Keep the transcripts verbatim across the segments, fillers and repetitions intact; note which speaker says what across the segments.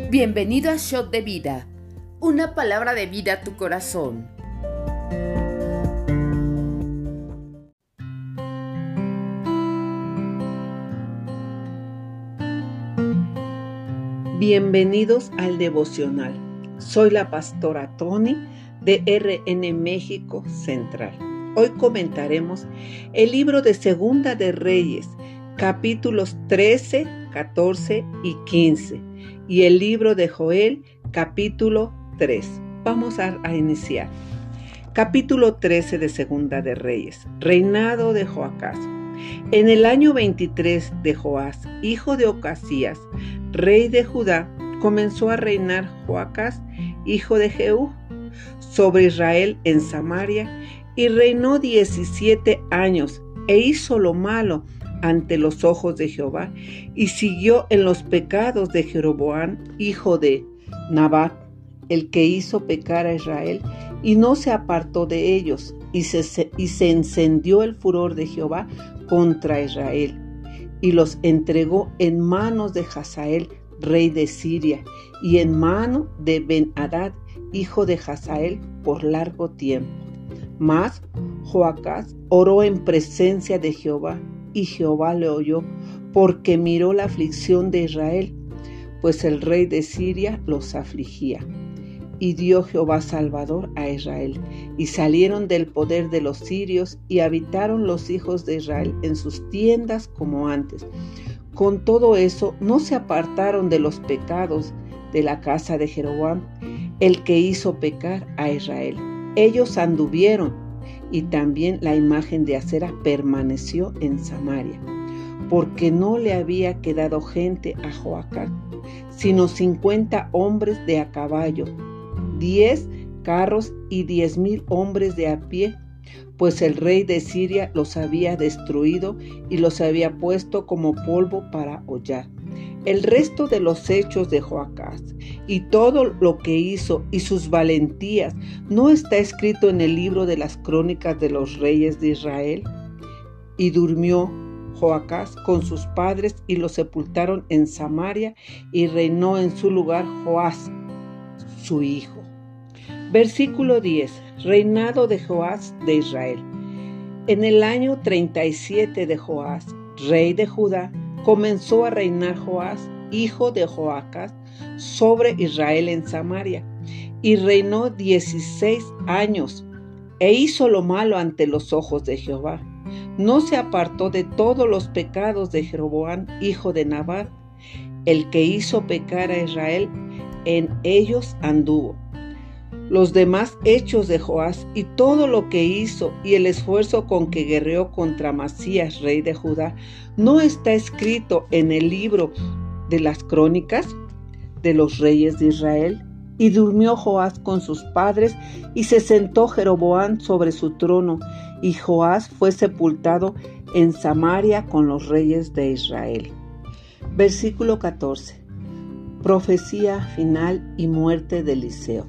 Speaker 1: Bienvenido a Shot de Vida, una palabra de vida a tu corazón.
Speaker 2: Bienvenidos al devocional. Soy la pastora Tony de R N México Central. Hoy comentaremos el libro de Segunda de Reyes, capítulos trece, catorce y quince, y el libro de Joel, capítulo tres. Vamos a, a iniciar. Capítulo trece de Segunda de Reyes. Reinado de Joacás. En el año veintitrés de Joás, hijo de Ocasías, rey de Judá, comenzó a reinar Joacás, hijo de Jehú, sobre Israel en Samaria, y reinó diecisiete años, e hizo lo malo ante los ojos de Jehová, y siguió en los pecados de Jeroboam, hijo de Nabat, el que hizo pecar a Israel, y no se apartó de ellos, y se, y se encendió el furor de Jehová contra Israel, y los entregó en manos de Hazael, rey de Siria, y en mano de Ben-Hadad, hijo de Hazael, por largo tiempo. Mas Joacás oró en presencia de Jehová, y Jehová le oyó, porque miró la aflicción de Israel, pues el rey de Siria los afligía. Y dio Jehová Salvador a Israel, y salieron del poder de los sirios, y habitaron los hijos de Israel en sus tiendas como antes. Con todo eso, no se apartaron de los pecados de la casa de Jeroboam, el que hizo pecar a Israel. Ellos anduvieron, y también la imagen de Acera permaneció en Samaria, porque no le había quedado gente a Joacás, sino cincuenta hombres de a caballo, diez carros y diez mil hombres de a pie, pues el rey de Siria los había destruido y los había puesto como polvo para hollar. El resto de los hechos de Joacás y todo lo que hizo y sus valentías no está escrito en el libro de las crónicas de los reyes de Israel. Y durmió Joacás con sus padres y los sepultaron en Samaria, y reinó en su lugar Joás, su hijo. Versículo diez. Reinado de Joás de Israel. En el año treinta y siete de Joás, rey de Judá, comenzó a reinar Joás, hijo de Joacás, sobre Israel en Samaria, y reinó dieciséis años, e hizo lo malo ante los ojos de Jehová. No se apartó de todos los pecados de Jeroboam, hijo de Nabat, el que hizo pecar a Israel, en ellos anduvo. Los demás hechos de Joás y todo lo que hizo y el esfuerzo con que guerreó contra Amasías, rey de Judá, ¿no está escrito en el libro de las crónicas de los reyes de Israel? Y durmió Joás con sus padres, y se sentó Jeroboam sobre su trono, y Joás fue sepultado en Samaria con los reyes de Israel. Versículo catorce. Profecía final y muerte de Eliseo.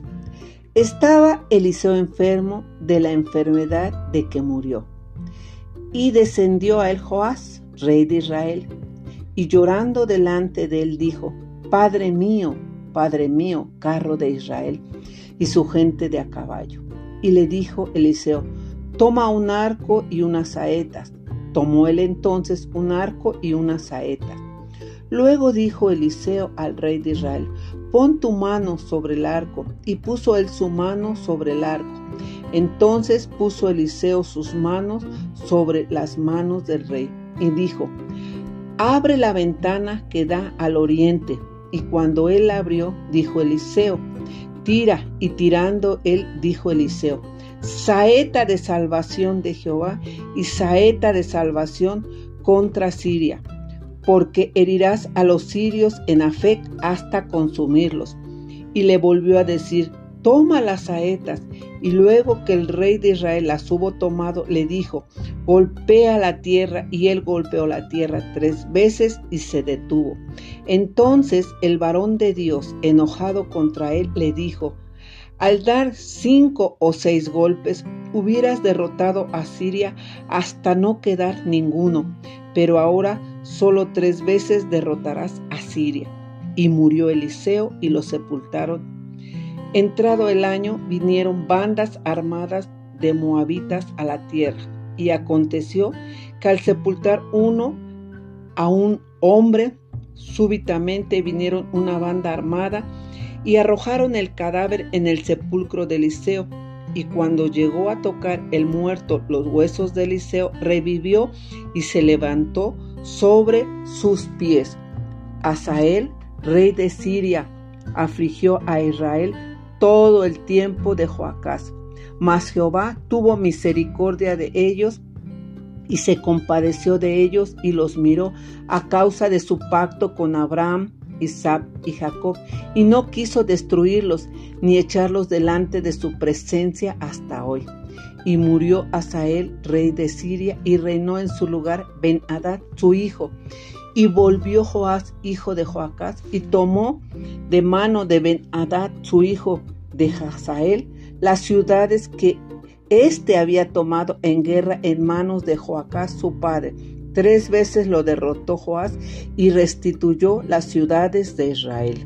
Speaker 2: Estaba Eliseo enfermo de la enfermedad de que murió. Y descendió a él Joás, rey de Israel, y llorando delante de él dijo: Padre mío, Padre mío, carro de Israel, y su gente de a caballo. Y le dijo Eliseo: Toma un arco y unas saetas. Tomó él entonces un arco y unas saetas. Luego dijo Eliseo al rey de Israel: Pon tu mano sobre el arco. Y puso él su mano sobre el arco. Entonces puso Eliseo sus manos sobre las manos del rey, y dijo: Abre la ventana que da al oriente. Y cuando él la abrió, dijo Eliseo: Tira. Y tirando él, dijo Eliseo: Saeta de salvación de Jehová, y saeta de salvación contra Siria, porque herirás a los sirios en Afec hasta consumirlos. Y le volvió a decir: Toma las saetas. Y luego que el rey de Israel las hubo tomado, le dijo: Golpea la tierra. Y él golpeó la tierra tres veces y se detuvo. Entonces el varón de Dios, enojado contra él, le dijo: Al dar cinco o seis golpes, hubieras derrotado a Siria hasta no quedar ninguno, pero ahora solo tres veces derrotarás a Siria. y murió Eliseo y lo sepultaron. Entrado el año, vinieron bandas armadas de moabitas a la tierra, y aconteció que al sepultar uno a un hombre, súbitamente vinieron una banda armada y arrojaron el cadáver en el sepulcro de Eliseo. Y cuando llegó a tocar el muerto los huesos de Eliseo, revivió y se levantó sobre sus pies. Hazael, rey de Siria, afligió a Israel todo el tiempo de Joacás. Mas Jehová tuvo misericordia de ellos y se compadeció de ellos y los miró a causa de su pacto con Abraham, Isaac y Jacob, y no quiso destruirlos ni echarlos delante de su presencia hasta hoy. Y murió Hazael, rey de Siria, y reinó en su lugar Ben-Hadad, su hijo. Y volvió Joás, hijo de Joacás, y tomó de mano de Ben-Hadad, su hijo, de Hazael, las ciudades que éste había tomado en guerra en manos de Joacás, su padre. Tres veces lo derrotó Joás y restituyó las ciudades de Israel.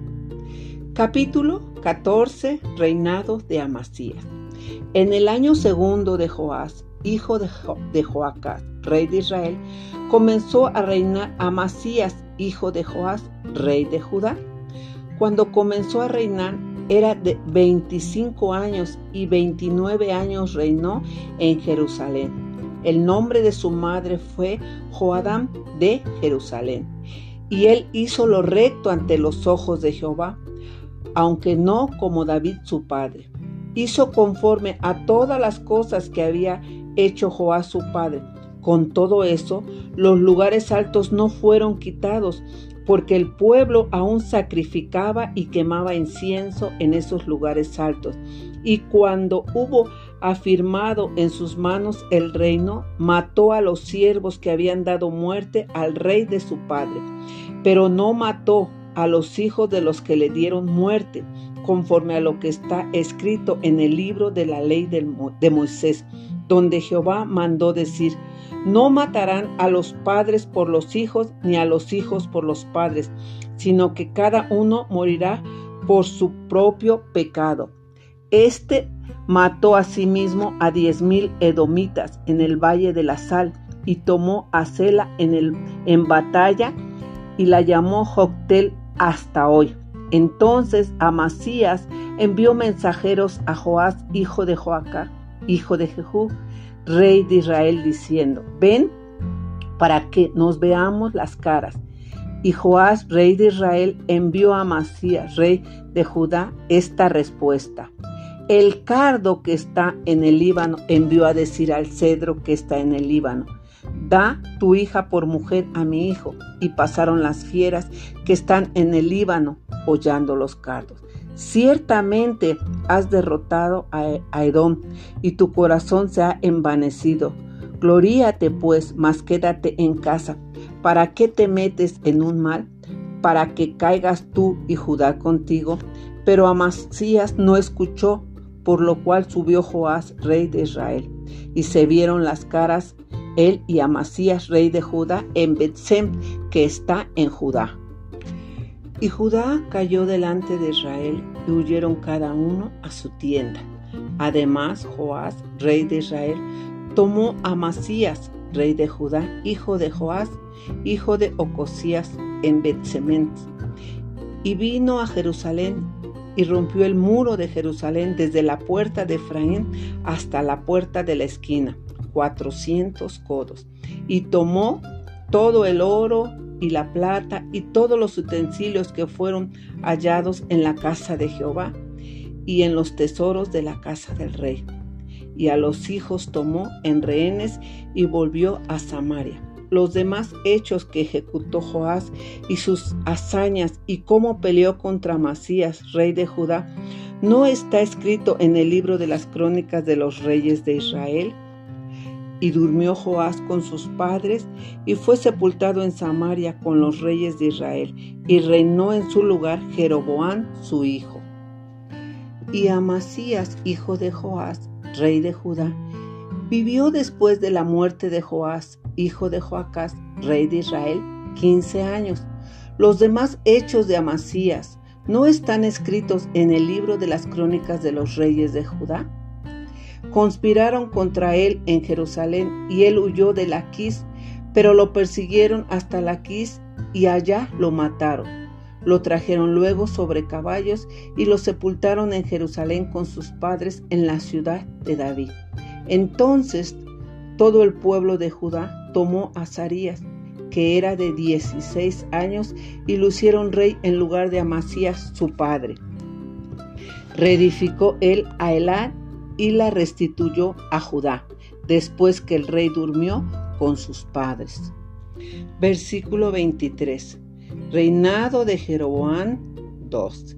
Speaker 2: Capítulo catorce. Reinado de Amasías. En el año segundo de Joás, hijo de, jo- de Joacás, rey de Israel, comenzó a reinar Amasías, hijo de Joás, rey de Judá. Cuando comenzó a reinar, era de veinticinco años y veintinueve años reinó en Jerusalén. El nombre de su madre fue Joadam de Jerusalén. Y él hizo lo recto ante los ojos de Jehová, aunque no como David su padre. Hizo conforme a todas las cosas que había hecho Joás su padre. Con todo eso, los lugares altos no fueron quitados, porque el pueblo aún sacrificaba y quemaba incienso en esos lugares altos. Y cuando hubo afirmado en sus manos el reino, mató a los siervos que habían dado muerte al rey de su padre, pero no mató a los hijos de los que le dieron muerte, conforme a lo que está escrito en el libro de la ley de Moisés, donde Jehová mandó decir: no matarán a los padres por los hijos, ni a los hijos por los padres, sino que cada uno morirá por su propio pecado. Este mató asimismo a diez mil edomitas en el valle de la sal, y tomó a Sela en, el, en batalla, y la llamó Joctel hasta hoy. Entonces Amasías envió mensajeros a Joás, hijo de Joacás, hijo de Jehú, rey de Israel, diciendo: ven para que nos veamos las caras. Y Joás, rey de Israel, envió a Amasías, rey de Judá, esta respuesta: el cardo que está en el Líbano envió a decir al cedro que está en el Líbano: da tu hija por mujer a mi hijo. Y pasaron las fieras que están en el Líbano hollando los cardos. Ciertamente has derrotado a Edom, y tu corazón se ha envanecido. Gloríate pues, mas quédate en casa. ¿Para qué te metes en un mal? Para que caigas tú y Judá contigo. Pero Amasías no escuchó, por lo cual subió Joás, rey de Israel, y se vieron las caras él y Amasías, rey de Judá, en Bet-sem, que está en Judá. Y Judá cayó delante de Israel, y huyeron cada uno a su tienda. Además, Joás, rey de Israel, tomó a Amasías, rey de Judá, hijo de Joás, hijo de Ocosías, en Bet-semes, y vino a Jerusalén, y rompió el muro de Jerusalén desde la puerta de Efraín hasta la puerta de la esquina, cuatrocientos codos, y tomó todo el oro y la plata y todos los utensilios que fueron hallados en la casa de Jehová y en los tesoros de la casa del rey. Y a los hijos tomó en rehenes y volvió a Samaria. Los demás hechos que ejecutó Joás y sus hazañas y cómo peleó contra Amasías, rey de Judá, ¿no está escrito en el libro de las crónicas de los reyes de Israel? Y durmió Joás con sus padres, y fue sepultado en Samaria con los reyes de Israel, y reinó en su lugar Jeroboam su hijo. Y Amasías, hijo de Joás, rey de Judá, vivió después de la muerte de Joás, hijo de Joacás, rey de Israel, quince años. Los demás hechos de Amasías ¿no están escritos en el libro de las crónicas de los reyes de Judá? Conspiraron contra él en Jerusalén y él huyó de Laquis, pero lo persiguieron hasta Laquis y allá lo mataron. Lo trajeron luego sobre caballos y lo sepultaron en Jerusalén con sus padres en la ciudad de David. Entonces todo el pueblo de Judá tomó a Azarías, que era de dieciséis años, y lo hicieron rey en lugar de Amasías su padre. Reedificó él a Elad y la restituyó a Judá, después que el rey durmió con sus padres. Versículo veintitrés. Reinado de Jeroboam dos.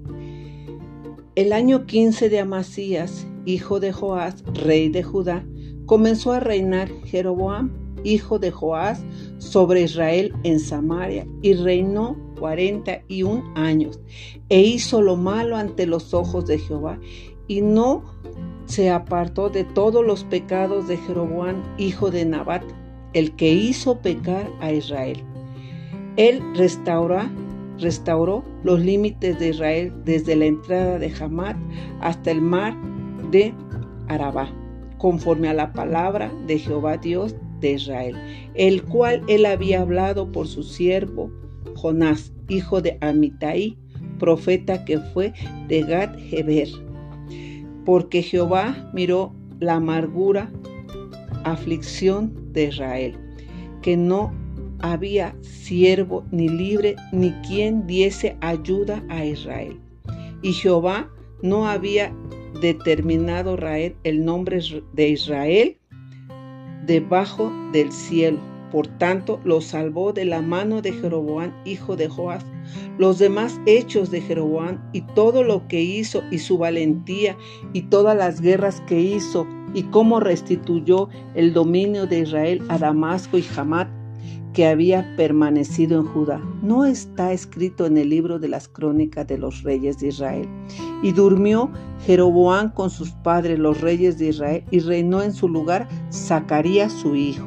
Speaker 2: El año quince de Amasías, hijo de Joás, rey de Judá, comenzó a reinar Jeroboam, hijo de Joás, sobre Israel en Samaria, y reinó cuarenta y un años, e hizo lo malo ante los ojos de Jehová, y no se apartó de todos los pecados de Jeroboam, hijo de Nabat, el que hizo pecar a Israel. Él restauró, restauró los límites de Israel desde la entrada de Hamat hasta el mar de Arabá, conforme a la palabra de Jehová Dios de Israel, el cual él había hablado por su siervo Jonás, hijo de Amitai, profeta que fue de Gat-Heber. Porque Jehová miró la amargura, aflicción de Israel, que no había siervo ni libre, ni quien diese ayuda a Israel. Y Jehová no había determinado Raed el nombre de Israel debajo del cielo. Por tanto, lo salvó de la mano de Jeroboam, hijo de Joás. Los demás hechos de Jeroboam y todo lo que hizo y su valentía y todas las guerras que hizo y cómo restituyó el dominio de Israel a Damasco y Hamat, que había permanecido en Judá, no está escrito en el libro de las crónicas de los reyes de Israel. Y durmió Jeroboam con sus padres, los reyes de Israel, y reinó en su lugar Zacarías su hijo.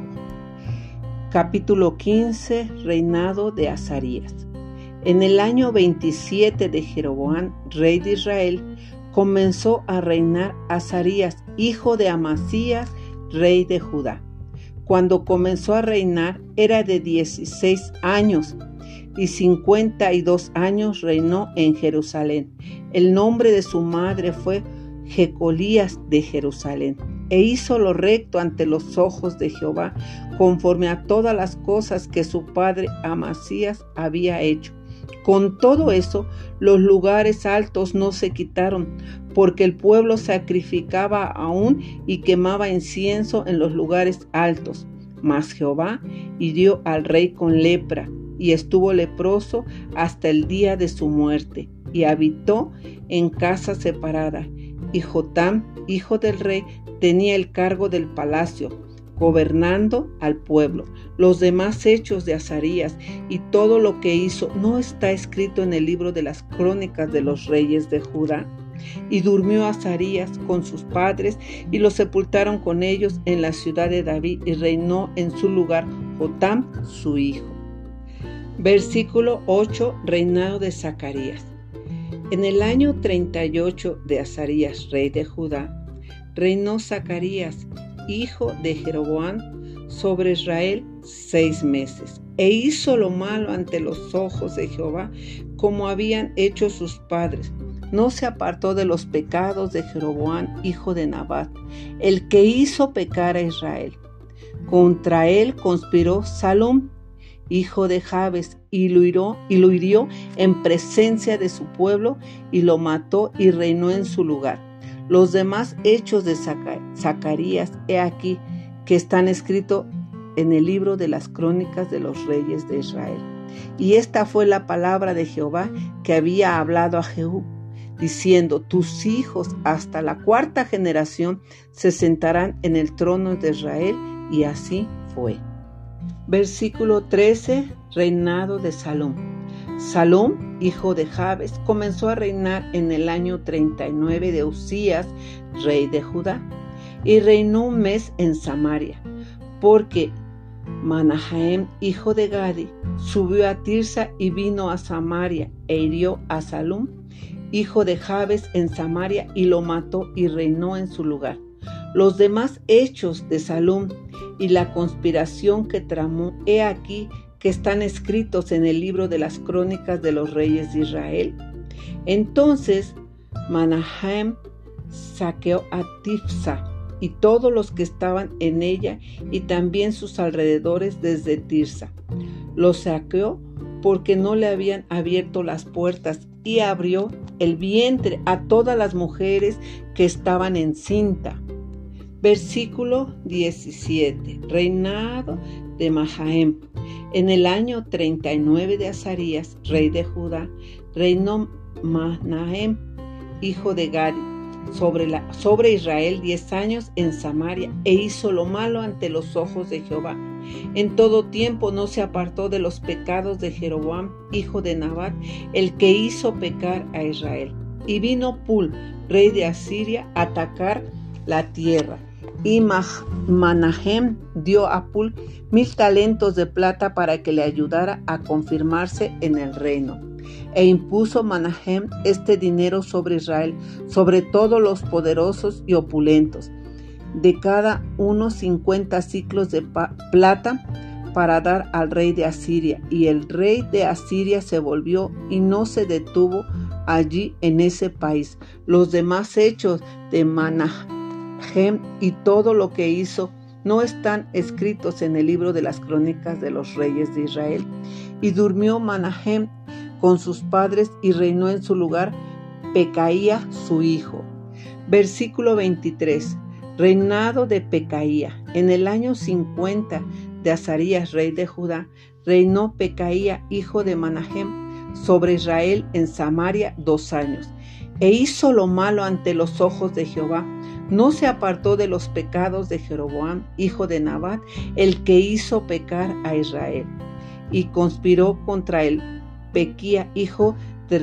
Speaker 2: Capítulo quince. Reinado de Azarías. En el año veintisiete de Jeroboam, rey de Israel, comenzó a reinar Azarías, hijo de Amasías, rey de Judá. Cuando comenzó a reinar era de dieciséis años y cincuenta y dos años reinó en Jerusalén. El nombre de su madre fue Jecolías de Jerusalén. E hizo lo recto ante los ojos de Jehová, conforme a todas las cosas que su padre Amasías había hecho. Con todo eso, los lugares altos no se quitaron, porque el pueblo sacrificaba aún y quemaba incienso en los lugares altos. Mas Jehová hirió al rey con lepra, y estuvo leproso hasta el día de su muerte, y habitó en casa separada. Y Jotam, hijo del rey, tenía el cargo del palacio, gobernando al pueblo. Los demás hechos de Azarías y todo lo que hizo no está escrito en el libro de las crónicas de los reyes de Judá. Y durmió Azarías con sus padres y lo sepultaron con ellos en la ciudad de David, y reinó en su lugar Jotam su hijo. Versículo ocho. Reinado de Zacarías. En el año treinta y ocho de Azarías, rey de Judá, reinó Zacarías, hijo de Jeroboam, sobre Israel seis meses, e hizo lo malo ante los ojos de Jehová, como habían hecho sus padres. No se apartó de los pecados de Jeroboam, hijo de Nabat, el que hizo pecar a Israel. Contra él conspiró Salum, hijo de Jabes, y lo hirió, y lo hirió en presencia de su pueblo, y lo mató y reinó en su lugar. Los demás hechos de Zacarías, he aquí, que están escritos en el libro de las crónicas de los reyes de Israel. Y esta fue la palabra de Jehová que había hablado a Jehú, diciendo: tus hijos hasta la cuarta generación se sentarán en el trono de Israel. Y así fue. Versículo trece. Reinado de Salum. Salum, hijo de Jabes, comenzó a reinar en el año treinta y nueve de Usías, rey de Judá, y reinó un mes en Samaria, porque Manahem, hijo de Gadi, subió a Tirsa y vino a Samaria e hirió a Salum, hijo de Jabes, en Samaria, y lo mató y reinó en su lugar. Los demás hechos de Salum y la conspiración que tramó, he aquí que están escritos en el libro de las crónicas de los reyes de Israel. Entonces Manahem saqueó a Tifsa y todos los que estaban en ella y también sus alrededores desde Tirsa. Los saqueó porque no le habían abierto las puertas y abrió el vientre a todas las mujeres que estaban encinta. Versículo diecisiete. Reinado de Manahem. En el año treinta y nueve de Azarías, rey de Judá, reinó Manahem, hijo de Gadi, sobre, la, sobre Israel diez años en Samaria, e hizo lo malo ante los ojos de Jehová. En todo tiempo no se apartó de los pecados de Jeroboam, hijo de Nabat, el que hizo pecar a Israel. Y vino Pul, rey de Asiria, a atacar la tierra. Y Manahem dio a Pul mil talentos de plata para que le ayudara a confirmarse en el reino. E impuso Manahem este dinero sobre Israel, sobre todos los poderosos y opulentos, de cada uno cincuenta siclos de plata para dar al rey de Asiria. Y el rey de Asiria se volvió y no se detuvo allí en ese país. Los demás hechos de Manahem y todo lo que hizo no están escritos en el libro de las crónicas de los reyes de Israel. Y durmió Manahem con sus padres y reinó en su lugar Pecaía su hijo. Versículo veintitrés. Reinado de Pecaía. En el año cincuenta de Azarías, rey de Judá, reinó Pecaía, hijo de Manahem, sobre Israel en Samaria dos años. E hizo lo malo ante los ojos de Jehová. No se apartó de los pecados de Jeroboam, hijo de Nabat, el que hizo pecar a Israel. Y conspiró contra él Pequía, hijo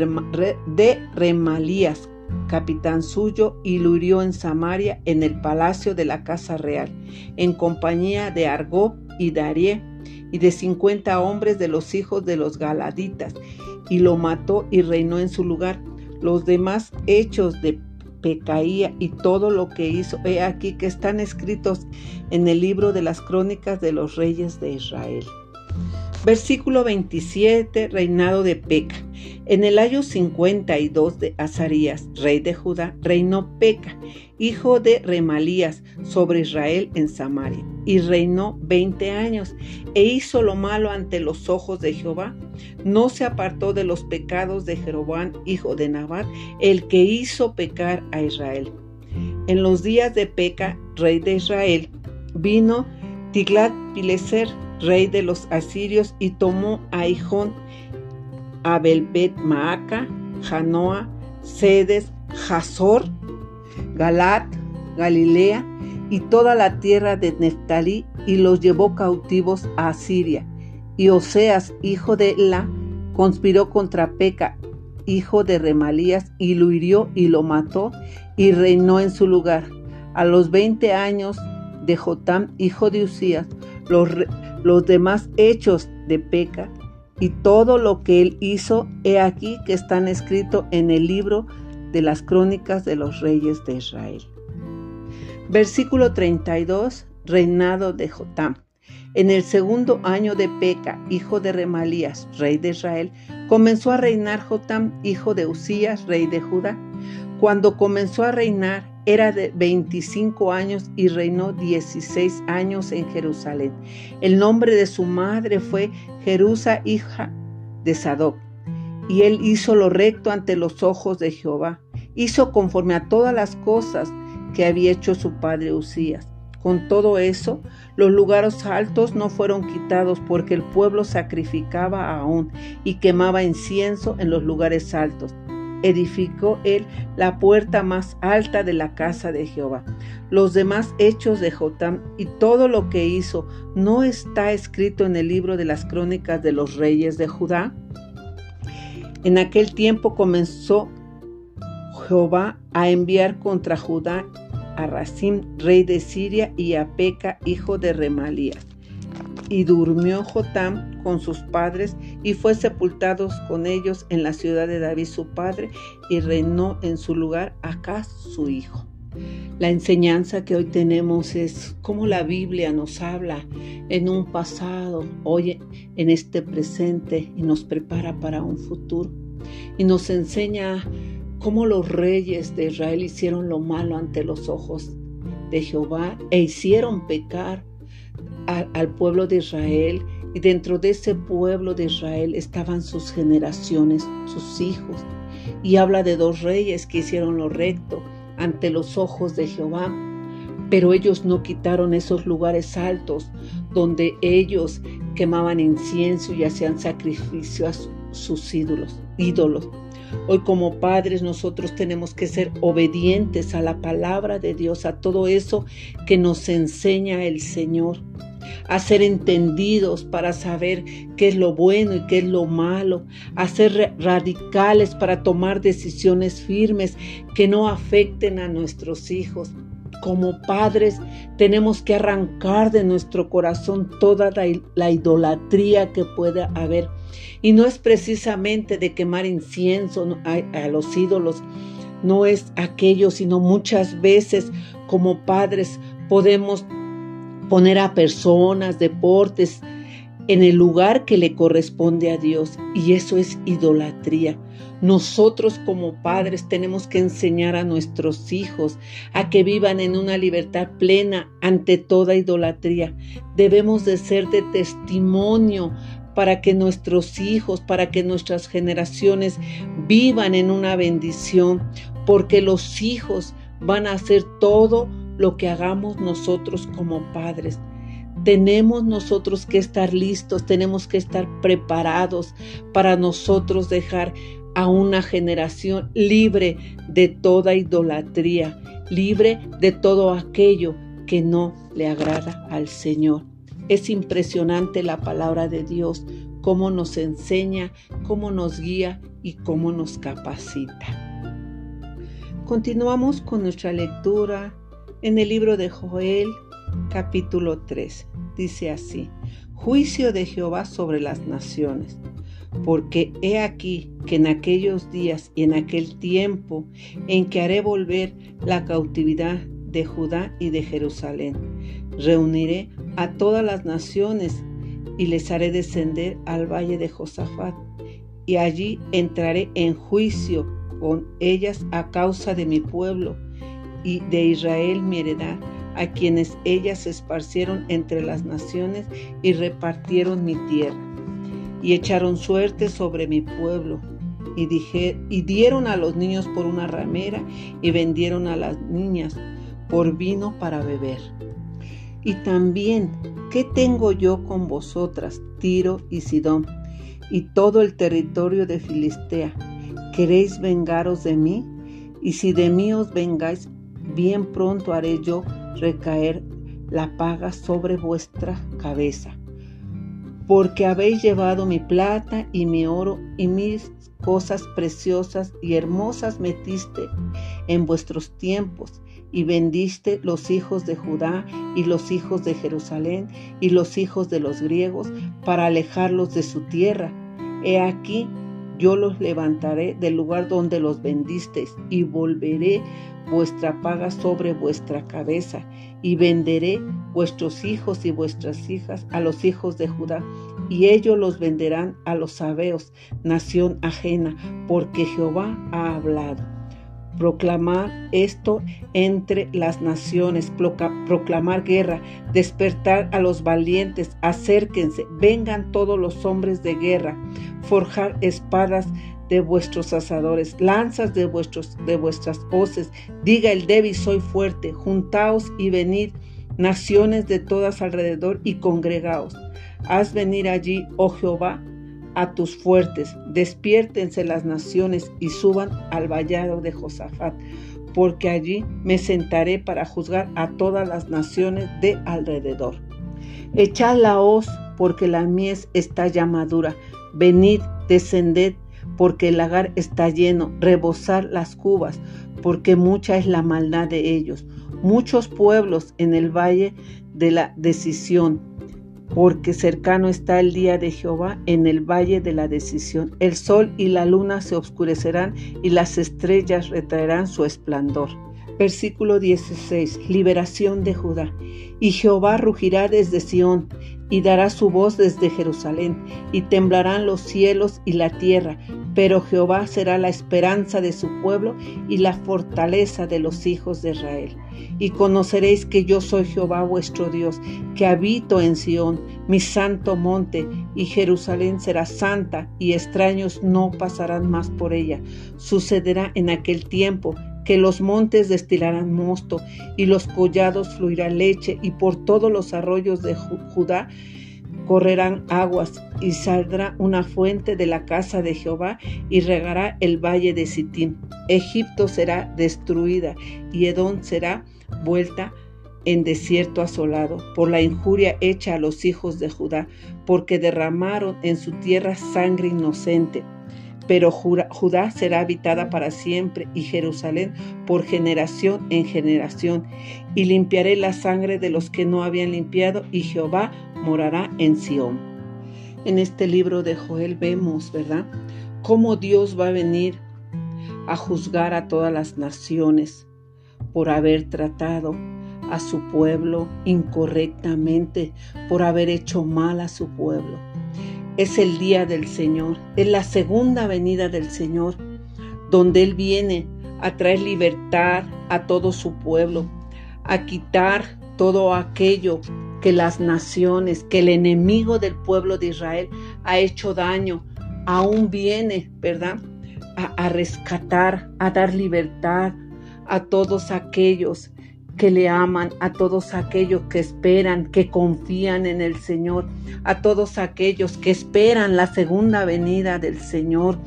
Speaker 2: de Remalías, capitán suyo, y lo hirió en Samaria, en el palacio de la casa real, en compañía de Argob y Darie, y de cincuenta hombres de los hijos de los Galaditas, y lo mató y reinó en su lugar. Los demás hechos de Pecaía y todo lo que hizo, he aquí que están escritos en el libro de las crónicas de los reyes de Israel. Versículo veintisiete. Reinado de Peca. En el año cincuenta y dos de Azarías, rey de Judá, reinó Peca, hijo de Remalías, sobre Israel en Samaria, y reinó veinte años, e hizo lo malo ante los ojos de Jehová. No se apartó de los pecados de Jeroboam, hijo de Nabat, el que hizo pecar a Israel. En los días de Peca, rey de Israel, vino Tiglat-Pileser, rey de los asirios, y tomó a Hijón, Abel-Bet-Maaca, Janoa, Sedes, Hazor, Galat, Galilea y toda la tierra de Neftalí, y los llevó cautivos a Asiria. Y Oseas, hijo de Ela, conspiró contra Peca, hijo de Remalías, y lo hirió y lo mató, y reinó en su lugar. A los veinte años de Jotam, hijo de Usías, los, los demás hechos de Peca y todo lo que él hizo, he aquí que están escritos en el libro de las crónicas de los reyes de Israel. Versículo treinta y dos. Reinado de Jotam. En el segundo año de Peca, hijo de Remalías, rey de Israel, comenzó a reinar Jotam, hijo de Usías, rey de Judá. Cuando comenzó a reinar, era de veinticinco años y reinó dieciséis años en Jerusalén. El nombre de su madre fue Jerusa, hija de Sadoc. Y él hizo lo recto ante los ojos de Jehová. Hizo conforme a todas las cosas que había hecho su padre Usías. Con todo eso, los lugares altos no fueron quitados, porque el pueblo sacrificaba aún y quemaba incienso en los lugares altos. Edificó él la puerta más alta de la casa de Jehová. Los demás hechos de Jotam y todo lo que hizo, ¿no está escrito en el libro de las crónicas de los reyes de Judá? En aquel tiempo comenzó Jehová a enviar contra Judá a Razim, rey de Siria, y a Peca, hijo de Remalías, Y durmió Jotam con sus padres y fue sepultado con ellos en la ciudad de David su padre, y reinó en su lugar Acaz su hijo. La enseñanza que hoy tenemos es cómo la Biblia nos habla en un pasado, hoy en este presente, y nos prepara para un futuro. Y nos enseña cómo los reyes de Israel hicieron lo malo ante los ojos de Jehová e hicieron pecar a, al pueblo de Israel. Y dentro de ese pueblo de Israel estaban sus generaciones, sus hijos. Y habla de dos reyes que hicieron lo recto ante los ojos de Jehová, pero ellos no quitaron esos lugares altos donde ellos quemaban incienso y hacían sacrificio a sus ídolos, ídolos. Hoy como padres nosotros tenemos que ser obedientes a la palabra de Dios, a todo eso que nos enseña el Señor, a ser entendidos para saber qué es lo bueno y qué es lo malo, a ser radicales para tomar decisiones firmes que no afecten a nuestros hijos. Como padres tenemos que arrancar de nuestro corazón toda la, la idolatría que pueda haber. Y no es precisamente de quemar incienso a, a los ídolos, no es aquello, sino muchas veces como padres podemos poner a personas, deportes, en el lugar que le corresponde a Dios, y eso es idolatría. Nosotros como padres tenemos que enseñar a nuestros hijos a que vivan en una libertad plena ante toda idolatría. Debemos de ser de testimonio para que nuestros hijos, para que nuestras generaciones vivan en una bendición, porque los hijos van a hacer todo lo que hagamos nosotros como padres. Tenemos nosotros que estar listos, tenemos que estar preparados para nosotros dejar a una generación libre de toda idolatría, libre de todo aquello que no le agrada al Señor. Es impresionante la palabra de Dios, cómo nos enseña, cómo nos guía y cómo nos capacita. Continuamos con nuestra lectura en el libro de Joel, capítulo tres. Dice así: juicio de Jehová sobre las naciones. Porque he aquí que en aquellos días y en aquel tiempo en que haré volver la cautividad de Judá y de Jerusalén, reuniré a todas las naciones y les haré descender al valle de Josafat, y allí entraré en juicio con ellas a causa de mi pueblo y de Israel mi heredad, a quienes ellas esparcieron entre las naciones y repartieron mi tierra. Y echaron suerte sobre mi pueblo, y, dije, y dieron a los niños por una ramera, y vendieron a las niñas por vino para beber. Y también, ¿qué tengo yo con vosotras, Tiro y Sidón, y todo el territorio de Filistea? ¿Queréis vengaros de mí? Y si de mí os vengáis, bien pronto haré yo recaer la paga sobre vuestra cabeza. Porque habéis llevado mi plata y mi oro y mis cosas preciosas y hermosas metiste en vuestros tiempos, y vendiste los hijos de Judá y los hijos de Jerusalén y los hijos de los griegos para alejarlos de su tierra. He aquí, yo los levantaré del lugar donde los vendisteis, y volveré vuestra paga sobre vuestra cabeza, y venderé vuestros hijos y vuestras hijas a los hijos de Judá, y ellos los venderán a los sabeos, nación ajena, porque Jehová ha hablado. Proclamar esto entre las naciones, proclamar guerra, despertar a los valientes, acérquense, vengan todos los hombres de guerra, forjar espadas de vuestros asadores, lanzas de, vuestros, de vuestras hoces. Diga el débil, soy fuerte. Juntaos y venid, naciones de todas alrededor, y congregaos. Haz venir allí, oh Jehová, a tus fuertes. Despiértense las naciones y suban al vallado de Josafat, porque allí me sentaré para juzgar a todas las naciones de alrededor. Echad la hoz, porque la mies está ya madura. Venid, descended, porque el lagar está lleno. Rebosar las cubas, porque mucha es la maldad de ellos. Muchos pueblos en el valle de la decisión. porque cercano está el día de Jehová en el valle de la decisión. El sol y la luna se oscurecerán y las estrellas retraerán su esplendor. Versículo dieciséis. Liberación de Judá. Y Jehová rugirá desde Sión y dará su voz desde Jerusalén, y temblarán los cielos y la tierra, pero Jehová será la esperanza de su pueblo y la fortaleza de los hijos de Israel. Y conoceréis que yo soy Jehová vuestro Dios, que habito en Sión, mi santo monte, y Jerusalén será santa, y extraños no pasarán más por ella. Sucederá en aquel tiempo que los montes destilarán mosto, y los collados fluirá leche, y por todos los arroyos de Judá correrán aguas, y saldrá una fuente de la casa de Jehová, y regará el valle de Sittim. Egipto será destruida, y Edom será vuelta en desierto asolado, por la injuria hecha a los hijos de Judá, porque derramaron en su tierra sangre inocente. Pero Judá será habitada para siempre, y Jerusalén por generación en generación. Y limpiaré la sangre de los que no habían limpiado, y Jehová morará en Sión. En este libro de Joel vemos, ¿verdad?, cómo Dios va a venir a juzgar a todas las naciones por haber tratado a su pueblo incorrectamente, por haber hecho mal a su pueblo. Es el día del Señor, es la segunda venida del Señor, donde Él viene a traer libertad a todo su pueblo, a quitar todo aquello que las naciones, que el enemigo del pueblo de Israel ha hecho daño. Aún viene, ¿verdad?, a, a rescatar, a dar libertad a todos aquellos que le aman, a todos aquellos que esperan, que confían en el Señor, a todos aquellos que esperan la segunda venida del Señor,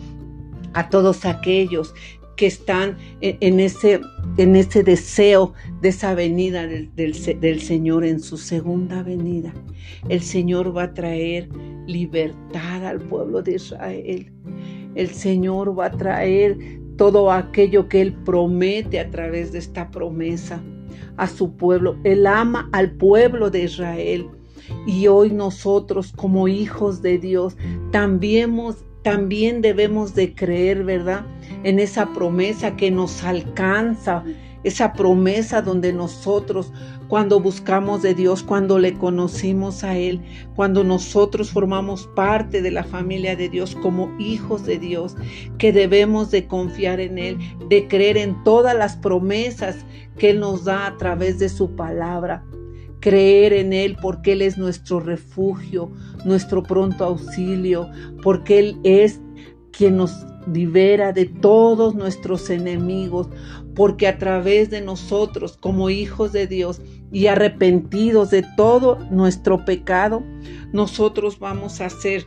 Speaker 2: a todos aquellos que están en ese, en ese deseo de esa venida del, del, del Señor en su segunda venida. El Señor va a traer libertad al pueblo de Israel. El Señor va a traer todo aquello que Él promete a través de esta promesa a su pueblo. Él ama al pueblo de Israel, y hoy nosotros como hijos de Dios también, también debemos de creer, ¿verdad?, en esa promesa que nos alcanza, esa promesa donde nosotros, cuando buscamos de Dios, cuando le conocimos a Él, cuando nosotros formamos parte de la familia de Dios como hijos de Dios, que debemos de confiar en Él, de creer en todas las promesas que Él nos da a través de su palabra. Creer en Él porque Él es nuestro refugio, nuestro pronto auxilio, porque Él es quien nos libera de todos nuestros enemigos, porque a través de nosotros como hijos de Dios y arrepentidos de todo nuestro pecado, nosotros vamos a ser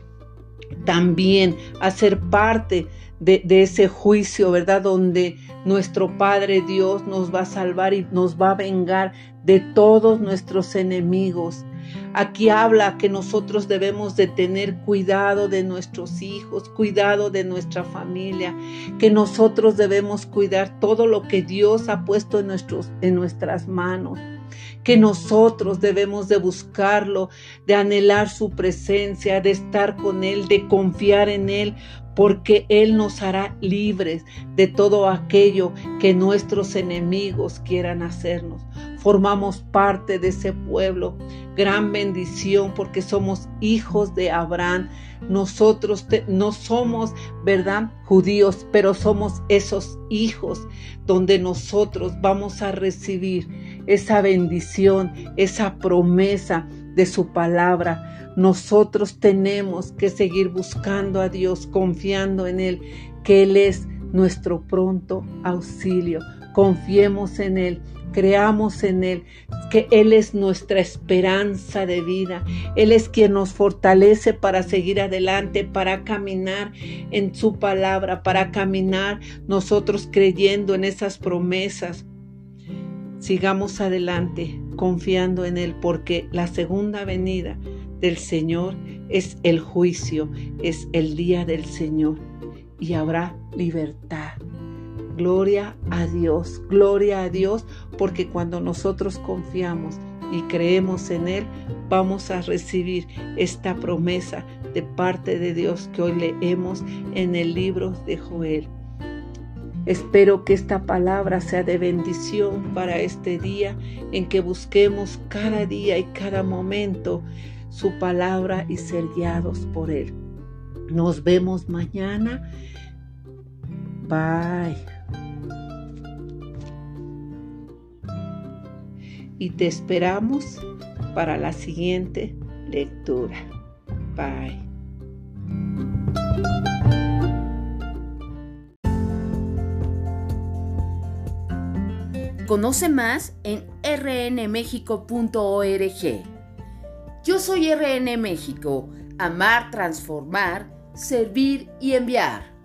Speaker 2: también, a ser parte de, de ese juicio, ¿verdad?, donde nuestro Padre Dios nos va a salvar y nos va a vengar de todos nuestros enemigos. Aquí habla que nosotros debemos de tener cuidado de nuestros hijos, cuidado de nuestra familia, que nosotros debemos cuidar todo lo que Dios ha puesto en, nuestros, en nuestras manos, que nosotros debemos de buscarlo, de anhelar su presencia, de estar con Él, de confiar en Él, porque Él nos hará libres de todo aquello que nuestros enemigos quieran hacernos. Formamos parte de ese pueblo, gran bendición, porque somos hijos de Abraham. Nosotros te, no somos, ¿verdad?, judíos, pero somos esos hijos donde nosotros vamos a recibir esa bendición, esa promesa de su palabra. Nosotros tenemos que seguir buscando a Dios, confiando en Él, que Él es nuestro pronto auxilio. Confiemos en Él, creamos en Él, que Él es nuestra esperanza de vida. Él es quien nos fortalece para seguir adelante, para caminar en su palabra, para caminar nosotros creyendo en esas promesas. Sigamos adelante confiando en Él, porque la segunda venida del Señor es el juicio, es el día del Señor, y habrá libertad. Gloria a Dios, gloria a Dios, porque cuando nosotros confiamos y creemos en Él, vamos a recibir esta promesa de parte de Dios que hoy leemos en el libro de Joel. Espero que esta palabra sea de bendición para este día en que busquemos cada día y cada momento su palabra y ser guiados por Él. Nos vemos mañana. Bye. Y te esperamos para la siguiente lectura. Bye.
Speaker 1: Conoce más en r n mexico punto org. Yo soy R N México, amar, transformar, servir y enviar.